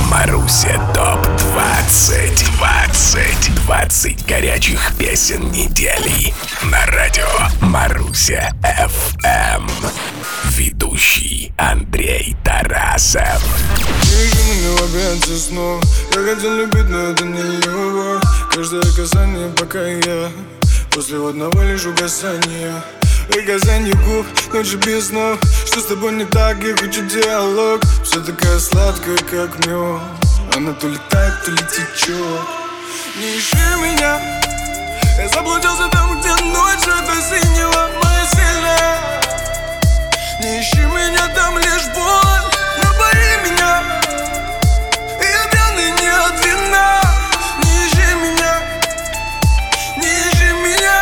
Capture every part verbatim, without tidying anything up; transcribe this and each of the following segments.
Маруся топ двадцать. двадцать. двадцать горячих песен недели. На радио Маруся эф эм. Ведущий Андрей Тарасов. Неожиданный обед за сном. Я хотел любить, но это не любовь. Каждое касание, пока я после одного лишь угасания. И касание губ, ночи без снов. Что с тобой не так, я хочу диалог. Все такая сладкая, как мед. Она то летает, то ли течет. Не ищи меня. Я заблудился там, где ночь это синего моя сильная. Не ищи меня, там лишь боль. Напои меня. И я пьяный не от вина. Не ищи меня. Не ищи меня.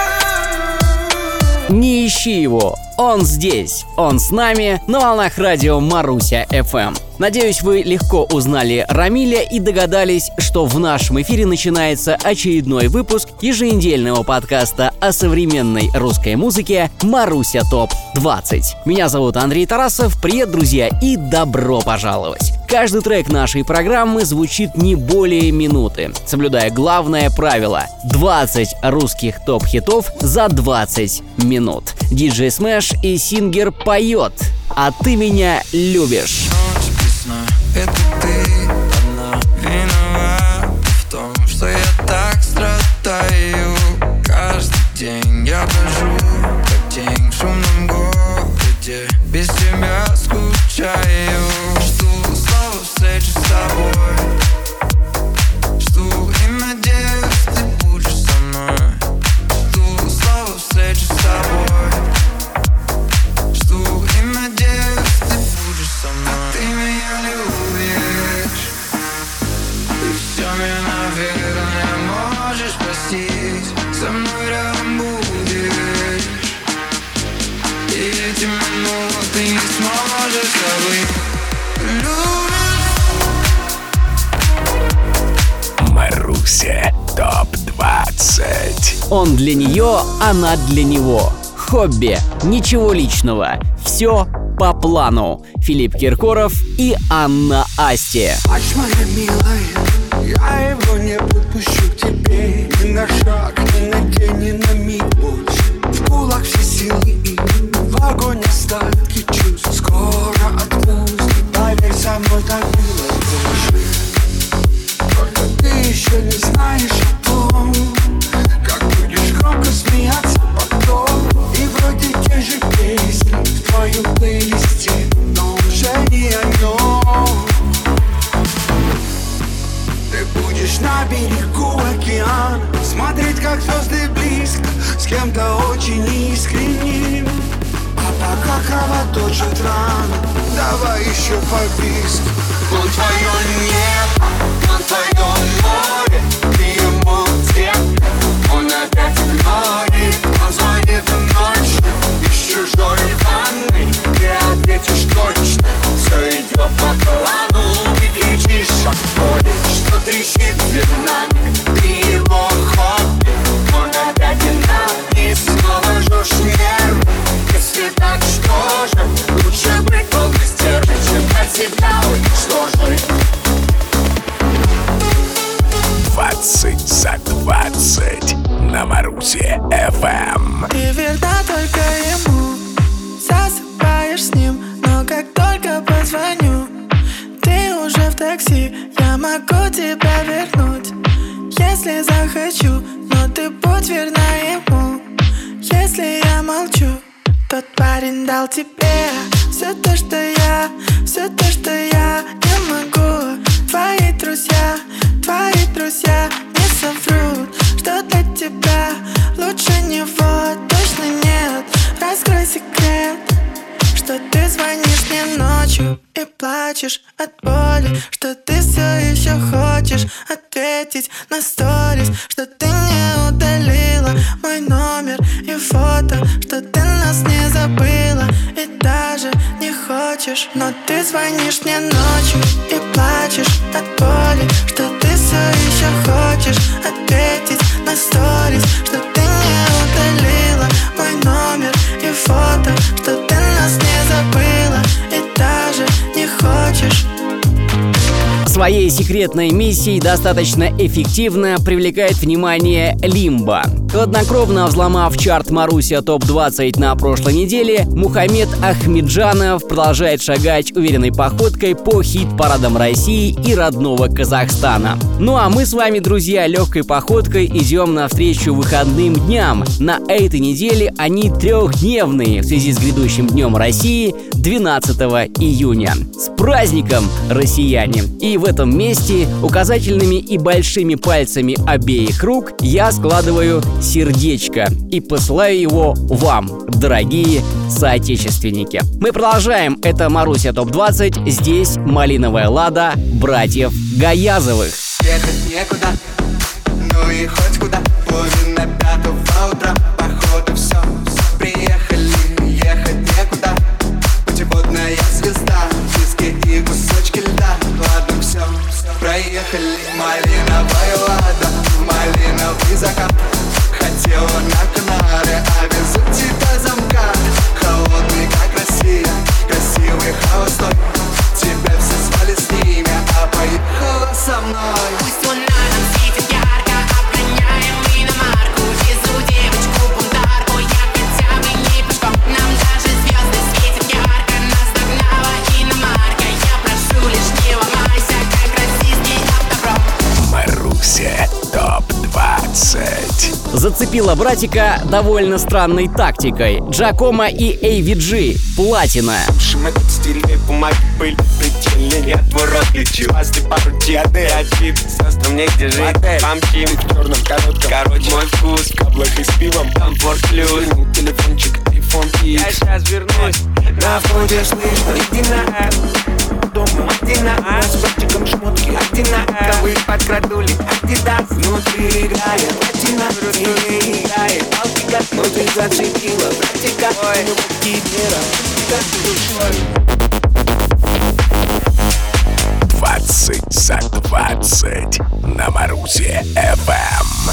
Не ищи его, он здесь, он с нами на волнах радио Маруся эф эм. Надеюсь, вы легко узнали Рамиля и догадались, что в нашем эфире начинается очередной выпуск еженедельного подкаста о современной русской музыке «Маруся топ двадцать». Меня зовут Андрей Тарасов, привет, друзья, и добро пожаловать! Каждый трек нашей программы звучит не более минуты, соблюдая главное правило – двадцать русских топ-хитов за двадцать минут. Диджей Смэш и Сингер поет «А ты меня любишь». Это ты одна виновата в том, что я так страдаю. Каждый день я хожу, как тень в шумном городе. Без тебя скучаю. Жду снова встречи с тобой. Жду и надеюсь, ты будешь со мной. Жду снова встречи с тобой. Жду и надеюсь, ты будешь со мной. А ты меня любишь. И все меня, наверное, можешь простить. Со мной рядом будешь. И эти минуты не сможешь забыть. Любишь. Маруся топ двадцать. Он для нее, она для него. Хобби, ничего личного, все по плану. Филипп Киркоров и Анна Асти. Плачь, моя милая, я его не подпущу к тебе. Ни на шаг, ни на день, ни на миг больше. В кулак все силы и в огонь остатки чувств. Скоро отпустит, поверь, со мной так было больше. Только ты еще не знаешь о том, как будешь громко смеяться потом. И вроде те же песни в твоем плейлисте, но уже не о нем. Ты будешь на берегу океана, смотреть, как звезды близко, с кем-то очень искренним. А пока кровоточит рана, давай еще по-близко. Он твое небо, он твое море, ты ему тепло, он опять игнорит. Он звонит ночью из чужой ванной, ты ответишь точно, все идет по плану. Ты кричишь от боли, что трещит динамик, ты его хобби. Он опять и снова жжешь нервы. Если так, что же, лучше быть полной стервой, чем от себя уничтожить. двадцать за двадцать на Марусе эф эм. Ты верна только ему, засыпаешь с ним, но как только позвоню, ты уже в такси, я могу тебя вернуть, если захочу, но ты будь верна ему. Если я молчу, тот парень дал тебе все то, что я, все то, что я не могу. Твои друзья, твои друзья не соврут, что для тебя лучше него точно нет. Раскрой секрет, что ты звонишь мне ночью и плачешь от боли, что ты все еще хочешь ответить на сторис, что ты не удалила мой номер и фото, что ты нас не забыла и даже не хочешь. Но ты звонишь мне ночью и плачешь от боли, что ты все еще хочешь ответить на сторис, что ты не удалила мой номер и фото, что ты нас не забыла и даже не хочешь. Своей секретной миссией достаточно эффективно привлекает внимание Лимба. Хладнокровно взломав чарт Маруся топ двадцать на прошлой неделе, Мухаммед Ахмеджанов продолжает шагать уверенной походкой по хит-парадам России и родного Казахстана. Ну а мы с вами, друзья, легкой походкой идем навстречу выходным дням. На этой неделе они трехдневные в связи с грядущим Днем России двенадцатого июня. С праздником, россияне! И в этом месте указательными и большими пальцами обеих рук я складываю сердечко и посылаю его вам, дорогие соотечественники. Мы продолжаем. Это Маруся топ двадцать. Здесь малиновая лада братьев Гаязовых. Ехать некуда, ну и хоть куда. Половина пятого утра, походу все. Приехали, ехать некуда. Путеводная звезда, диски и кусочки льда. Ладно, все, проехали. Малиновая лада, малиновый закат. Хотела на Канары, а везу тебя замкат. Холодный, как Россия, красивый холостой. Тебя все звали с ними, а поехала со мной. Пусть луна нам светит ярко, обгоняем мы иномарку. Везу девочку бунтарку, я хотя бы не пешком. Нам даже звезды светят ярко, нас догнала иномарка. Я прошу лишь не ломайся, как российский автопром. Маруся топ двадцать. Зацепила братика довольно странной тактикой. Джакомо и эй ви джи. Платина. Этот стильный бумаги пыль предельный, нет ворот лечу. После пару диады, один состав негде жить. Памки в черном коротком. Короче, мой вкус в каблах и с пивом. Комфорт плюс. Телефончик, iPhone икс. Я сейчас вернусь. На входе слышно, иди на дома, иди на с братчиком шмотки, иди на кого подкрадули, Адидас. Внутри играет платина, и играет Балтика. Внутри зацепила братика, ну кипера, как душой. двадцать за двадцать на Марусе эф эм.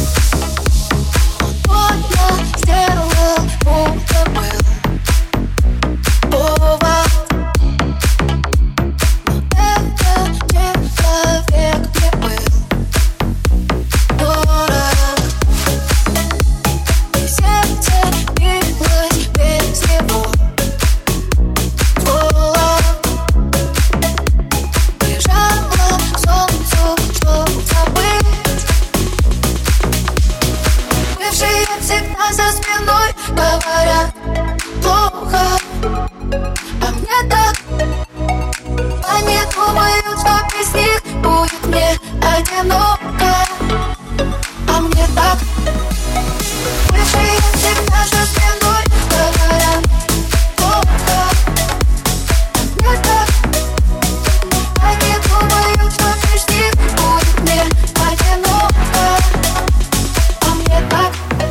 Вот я сделал, будто был повод. Но этот человек мне был дорог. И сердце билось без него. Ствола бежала к солнцу, чтоб забыть. Бывшие всегда за спиной говорят плохо, а мне так. Они думают, что без них будет мне одиноко, а мне так. Бывшие всегда за спиной говорят плохо, а мне так. Они думают, что без них будет мне одиноко, а мне так.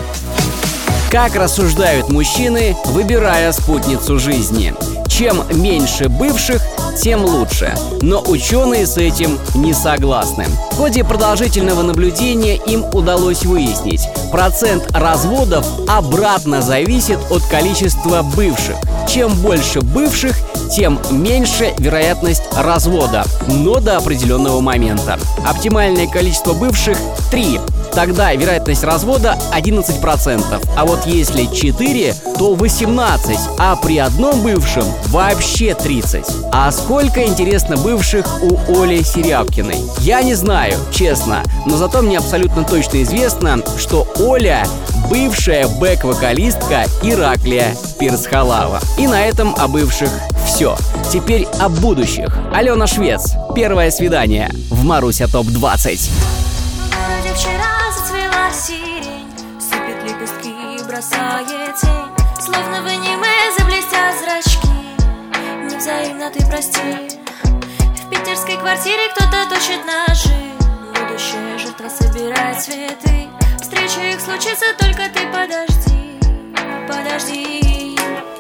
Как рассуждают мужчины, выбирая спутницу жизни. Чем меньше бывших, тем лучше. Но ученые с этим не согласны. В ходе продолжительного наблюдения им удалось выяснить, процент разводов обратно зависит от количества бывших. Чем больше бывших, тем меньше вероятность развода, но до определенного момента. Оптимальное количество бывших – три. Тогда вероятность развода одиннадцать процентов. А вот если четыре, то восемнадцать, а при одном бывшем вообще тридцать. А сколько, интересно, бывших у Оли Серябкиной? Я не знаю, честно, но зато мне абсолютно точно известно, что Оля – бывшая бэк-вокалистка Ираклия Пирсхалава. И на этом о бывших все. Теперь о будущих. Алена Швец. Первое свидание в Маруся топ двадцать. В городе вчера зацвела сирень, сыпет лепестки и бросает тень. Словно в аниме заблестят зрачки. Невзаимно ты прости. В питерской квартире кто-то точит ножи. Будущая жертва собирает цветы. Встреча их случится, только ты подожди. Подожди.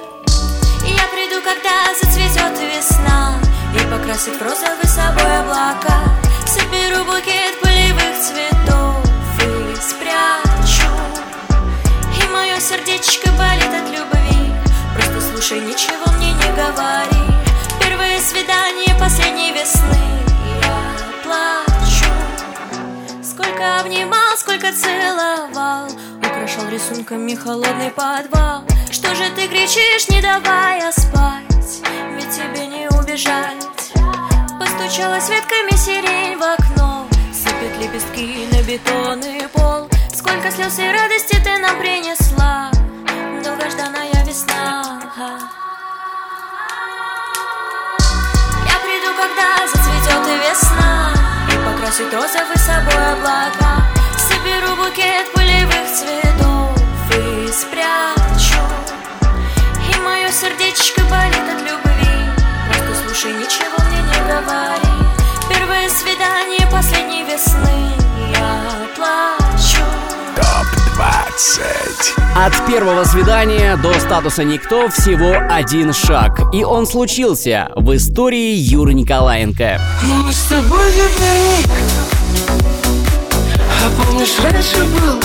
Я приду, когда зацветет весна и покрасит в розовый собой облака. Соберу букет полевых цветов и спрячу. И мое сердечко болит от любви. Просто слушай, ничего мне не говори. Первое свидание последней весны. Я рисунками холодный подвал. Что же ты кричишь, не давая спать? Ведь тебе не убежать. Постучалась ветками сирень в окно, сыпет лепестки на бетонный пол. Сколько слез и радости ты нам принесла, долгожданная весна. Я приду, когда зацветет и весна, и покрасит розовый собой облака. Соберу букет полевых цветов и спрячу. И мое сердечко болит от любви. Просто слушай, ничего мне не говори. Первое свидание последней весны, я плачу. топ двадцать. От первого свидания до статуса никто всего один шаг. И он случился в истории Юры Николаенко. Но мы с тобой теперь никто. А помнишь, раньше был?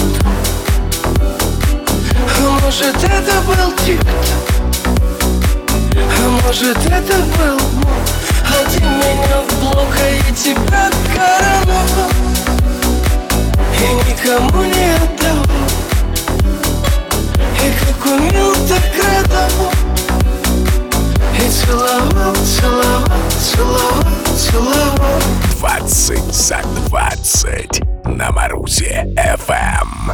А может, это был тик-ток? А может, это был мой? А ты меня в блок, а я тебя коронавал и никому не отдал. И как умел, так радовал. И целовал, целовал, целовал, целовал. двадцать за двадцать на Марусе эф эм.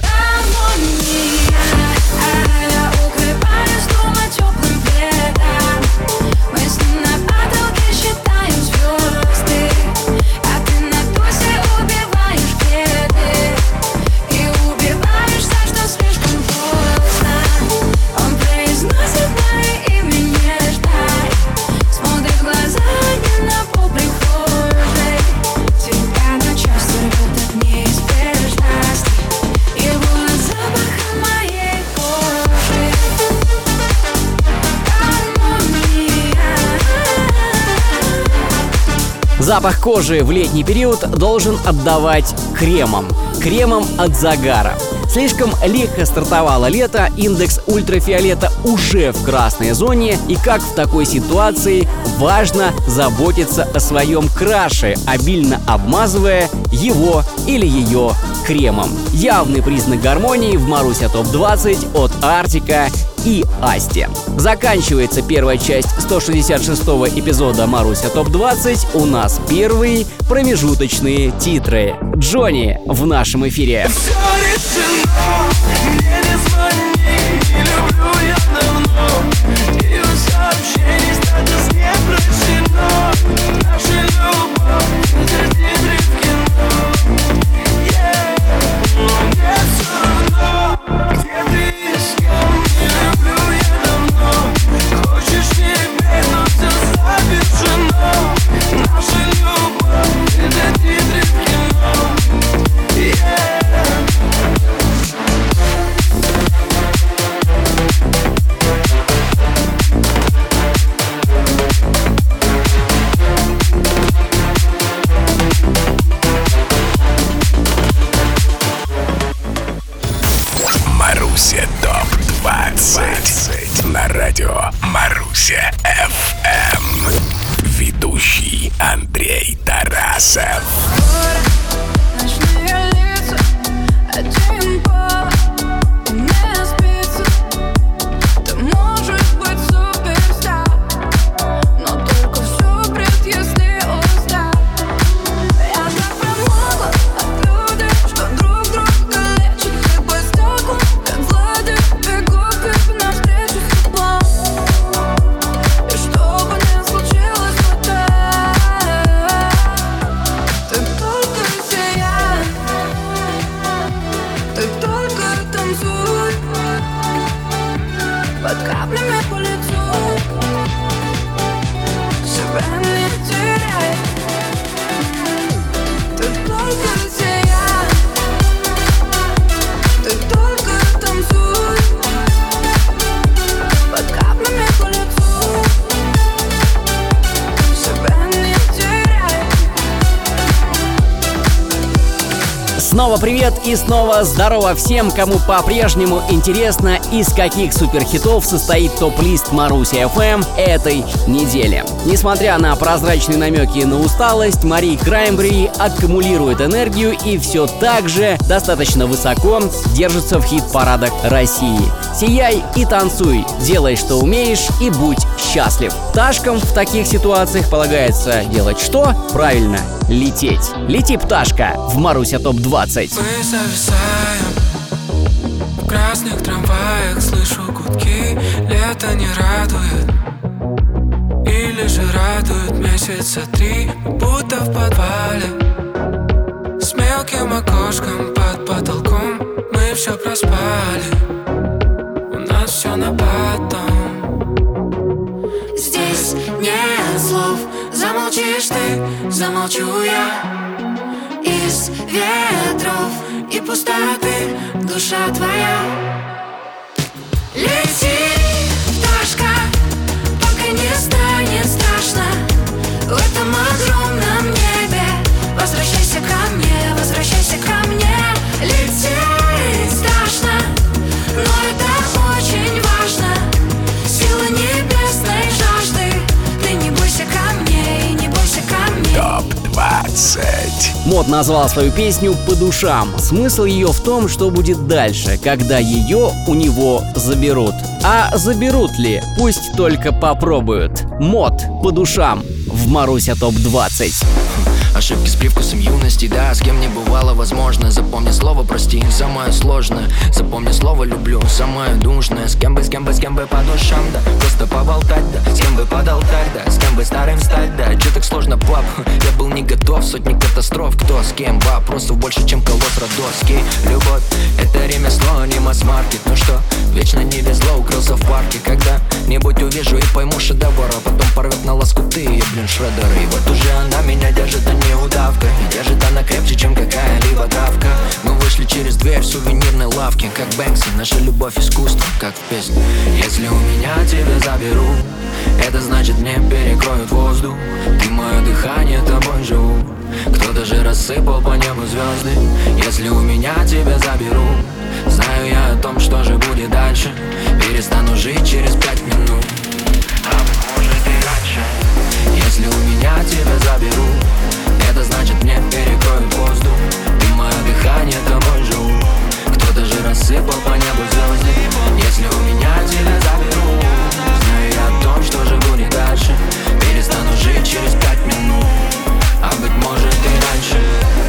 Запах кожи в летний период должен отдавать кремом. Кремом от загара. Слишком легко стартовало лето, индекс ультрафиолета уже в красной зоне, и как в такой ситуации важно заботиться о своем краше, обильно обмазывая его или ее кремом. Явный признак гармонии в Маруся топ двадцать от Артика и Асти. Заканчивается первая часть сто шестьдесят шестого эпизода Маруся топ двадцать. У нас первые промежуточные титры. Джонни в нашем эфире. Все решено, мне не звони, не люблю я давно. Ее сообщений статус не прощено. Наша любовь, это титры в кино. Yeah, но мне все равно, где ты и с кем. Не люблю я давно. Хочешь теперь, но все завершено. Наша любовь, это титры в кино. Yeah. Маруся топ двадцать на радио Маруся эф эм. Ведущий Андрей Тарасов. Ночные лица, один пол, и не спится. Ты можешь быть суперстар, но только все бред, если устал. Я так промокла от людей, что друг друга лечат. Ты по стеклу, как воды, бегут как навстречу с теплом. И что бы ни случилось потом, ты Снова привет и снова здорово всем, кому по-прежнему интересно, из каких суперхитов состоит топ-лист Маруси эф эм этой недели. Несмотря на прозрачные намеки на усталость, Мари Краймбрери аккумулирует энергию и все так же достаточно высоко держится в хит-парадах России. Сияй и танцуй, делай, что умеешь, и будь счастлив. Пташкам в таких ситуациях полагается делать что? Правильно, лететь. Лети, пташка, в Маруся топ двадцать. Мы зависаем в красных трамваях, слышу гудки, лето не радует. Или же радует месяца три, будто в подвале. С мелким окошком под потолком мы все проспали. У нас все на потом. Здесь нет слов, замолчишь ты, замолчу я. Из ветров и пустоты душа твоя. Лети, пташка, пока не станет страшно. В этом огромном небе возвращайся ко мне, возвращайся ко мне. Лететь страшно, но это очень важно. Сила небесной жажды. Ты не бойся ко мне и не бойся ко мне. топ двадцать. Мод назвал свою песню «По душам». Смысл ее в том, что будет дальше, когда ее у него заберут. А заберут ли? Пусть только попробуют. Мод «По душам» в Маруся топ двадцать. Ошибки с привкусом юности, да, с кем не бывало, возможно. Запомни слово прости, самое сложное. Запомни слово люблю, самое душное. С кем бы, с кем бы, с кем бы по душам, да. Просто поболтать, да, с кем бы подал так, да. С кем бы старым стать, да. Че так сложно, пап? Я был не готов, сотни катастроф. Кто с кем? Вопросов больше, чем колосс Родовский. Любовь, это ремесло, не масс-маркет. Ну что, вечно не везло, укрылся в парке. Когда-нибудь увижу и пойму шедевр, а потом порвет на лоскуты, я, блин, шредер. И вот уже она меня держит, а не удавка. И держит она крепче, чем какая-либо травка. Мы вышли через дверь в сувенирной лавке, как Бэнкси, наша любовь искусство, как в песне. Если у меня тебя заберут, это значит мне перекроют воздух. Ты мое дыхание, тобой живу. Кто-то же рассыпал по небу звезды. Если у меня тебя заберут, знаю я о том, что же будет дальше. Перестану жить через пять минут, а может и раньше. Если у меня тебя заберут, это значит мне перекроют воздух. Ты мое дыхание, тобой живу. Кто-то же рассыпал по небу звезды. Если у меня тебя заберут, знаю я о том, что же будет дальше. Перестану жить через пять минут, а быть может и раньше.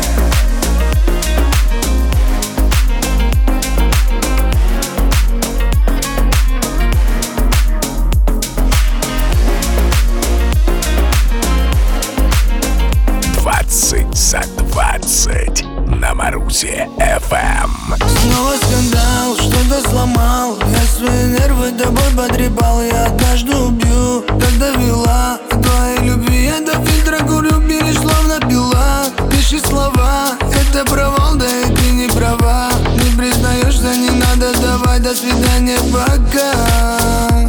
двадцать за двадцать на Марусе эф эм. Снова скандал, что-то сломал. Я свои нервы тобой потрепал. Я однажды убью, так довела. От твоей любви я до фильтра курю, берешь словно пила. Пиши слова, это провал, да и ты не права. Не признаешься, не надо, давай, до свидания, пока.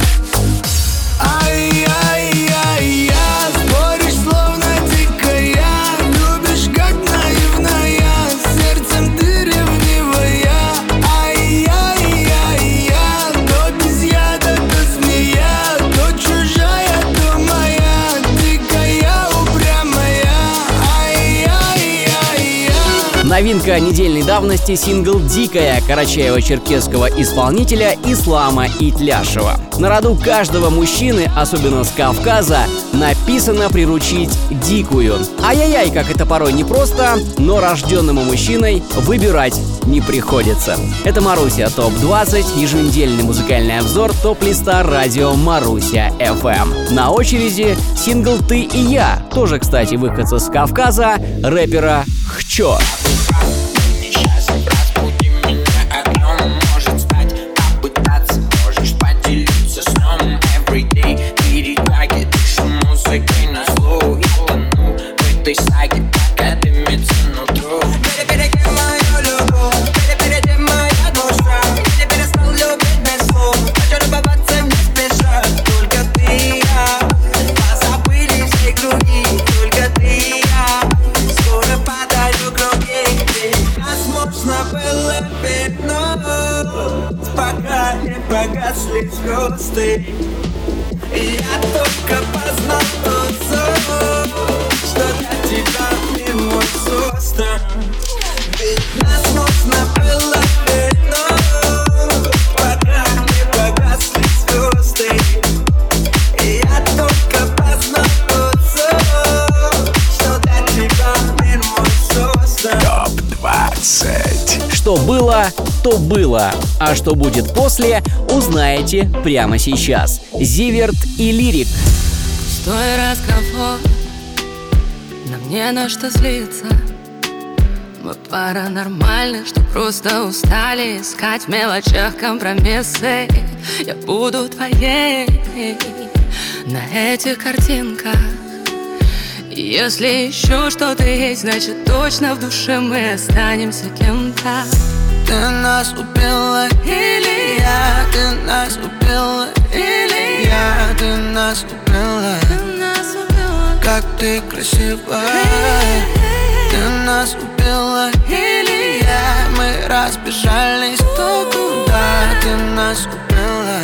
Ай-яй-яй-я, споришь словно дикая. Любишь как наивная, сердцем ты ревнивая. Ай-яй-яй-я, то без яда, то змея, то чужая, то моя. Дикая, упрямая. Ай-яй-яй-я. Новинка недельной давности — сингл «Дикая» карачаево-черкесского исполнителя Ислама Итляшева. На роду каждого мужчины, особенно с Кавказа, написано приручить дикую. Ай-яй-яй, как это порой непросто, но рожденному мужчиной выбирать не приходится. Это Маруся топ двадцать, еженедельный музыкальный обзор топ-листа радио Маруся эф эм. На очереди сингл «Ты и я», тоже, кстати, выходца с Кавказа, рэпера Хчо. Только ты и я, скоро подарю круги. гасли звезды. И я только познал тот сон, что для тебя мир мой создан. Ведь нас нужно было вернуть, пока не погасли звезды. И я только познал тот сон, что для тебя мир мой создан. топ двадцать. Что было, то было. А что будет после, узнаете прямо сейчас. Зиверт и Лирик. Стой, разговор, нам не на что злиться. Мы пара нормальных, что просто устали искать в мелочах компромиссы. Я буду твоей на этих картинках. И если еще что-то есть, значит точно в душе мы останемся кем-то. Ты нас убила или я? Ты нас убила или я? Ты нас убила. Ты нас убила. Как ты красива. Ты нас убила или я? Мы разбежались кто куда. Ты нас убила.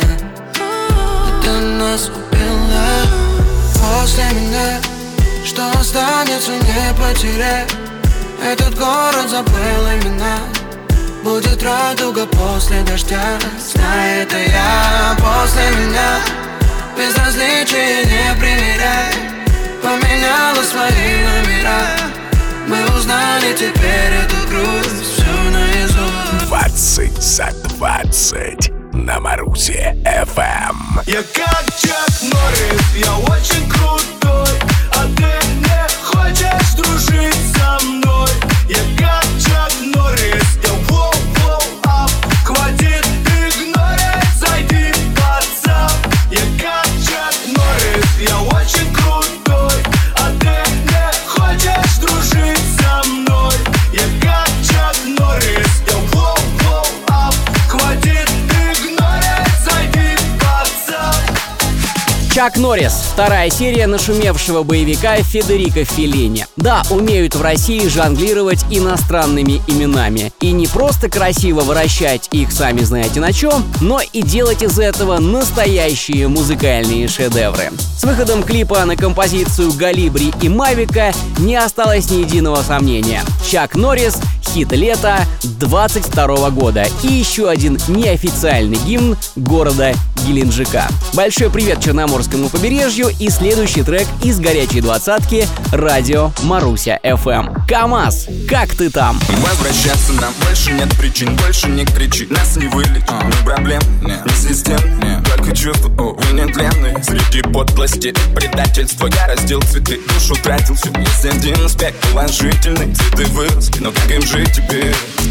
Ты нас убила. После меня что останется, не потерять. Этот город забыл имена. Будет радуга после дождя. Знай, это я после меня. Безразличие не примеряй. Поменяла свои номера. Мы узнали теперь эту грусть. Все наизусть. двадцать за двадцать на Марусе эф эм. Я как Чак Норрис, я очень крутой, а ты не хочешь дружить со мной. Я как Чак Норрис, я воу-воу ап. Хватит игнорить, зайди в WhatsApp. Я как Чак Норрис, я очень крутой, а ты не хочешь дружить со мной. Я как Чак Норрис, я воу-воу ап. Хватит игнорить, зайди в WhatsApp. Чак Норрис. Вторая серия нашумевшего боевика Федерико Феллини. Да, умеют в России жонглировать иностранными именами. И не просто красиво выращать их сами знаете на чем, но и делать из этого настоящие музыкальные шедевры. С выходом клипа на композицию «Галибри» и «Мавика» не осталось ни единого сомнения. Чак Норрис — хит лета двадцать второго года и еще один неофициальный гимн города Геленджика. Большой привет Черноморскому побережью и следующий трек из горячей двадцатки радио Маруся эф эм. КамАЗ, как ты там? Возвращаться нам больше нет причин, больше не кричи, нас не вылечить, uh. ни проблем, нет, ни систем, нет, только чувства, увы, нетленные. Среди подлости и предательства я раздел цветы, душу тратил, все есть один аспект положительный. Цветы выросли, но как им жить теперь?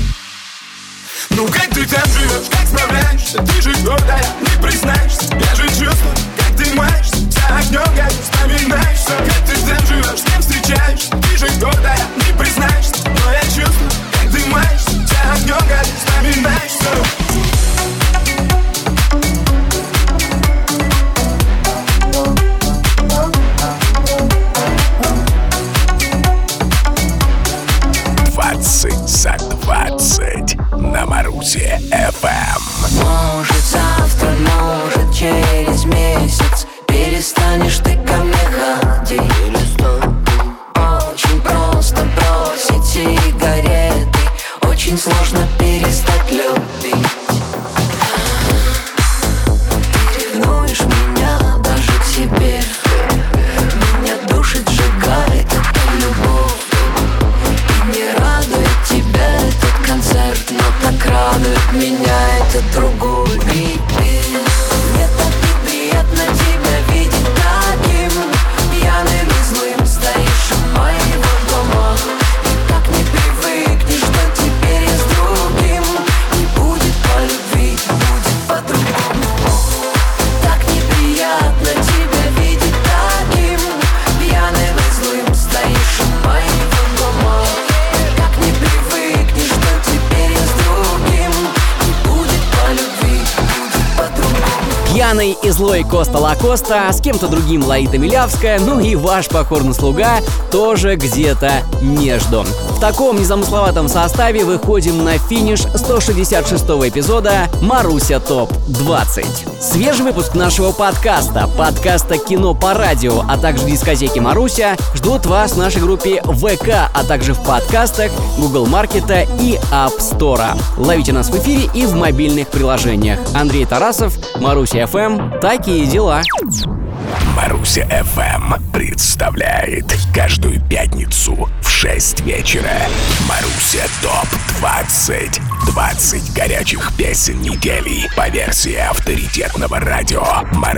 Ну как ты там живешь, как справляешься? Ты же гордая, не признаешься. Я же чувствую, как ты маешься. За огнем как вспоминаешься. Как ты там живешь, с кем встречаешься? Ты же гордая, не признаешься. Но я чувствую, как ты маешься. За огнем как вспоминаешься. двадцать за двадцать на Марусе эф эм. Может завтра, может через месяц перестанешь ты ко мне ходить. Очень просто бросить сигареты, очень сложно перестать любить. Ты ревнуешь меня даже к себе. Меня душит, сжигает эта любовь. Не радует тебя этот концерт, но так радует меня этот другой репит. Мне так неприятно тебя видеть таким пьяным и злым. Стоишь у моего дома и так не привыкнешь, что теперь я с другим. Пьяный и злой Коста Лакоста, с кем-то другим Лаита Милявская, ну и ваш покорный слуга тоже где-то между. В таком незамысловатом составе выходим на финиш сто шестьдесят шестого эпизода «Маруся ТОП двадцать». Свежий выпуск нашего подкаста, подкаста «Кино по радио», а также дискотеки «Маруся» ждут вас в нашей группе ВК, а также в подкастах Google Маркета и App Store. Ловите нас в эфире и в мобильных приложениях. Андрей Тарасов, Маруся эф эм. Такие дела. Маруся эф эм представляет каждую пятницу в шесть вечера Маруся ТОП двадцать. двадцать горячих песен недели по версии авторитетного радио Маруся.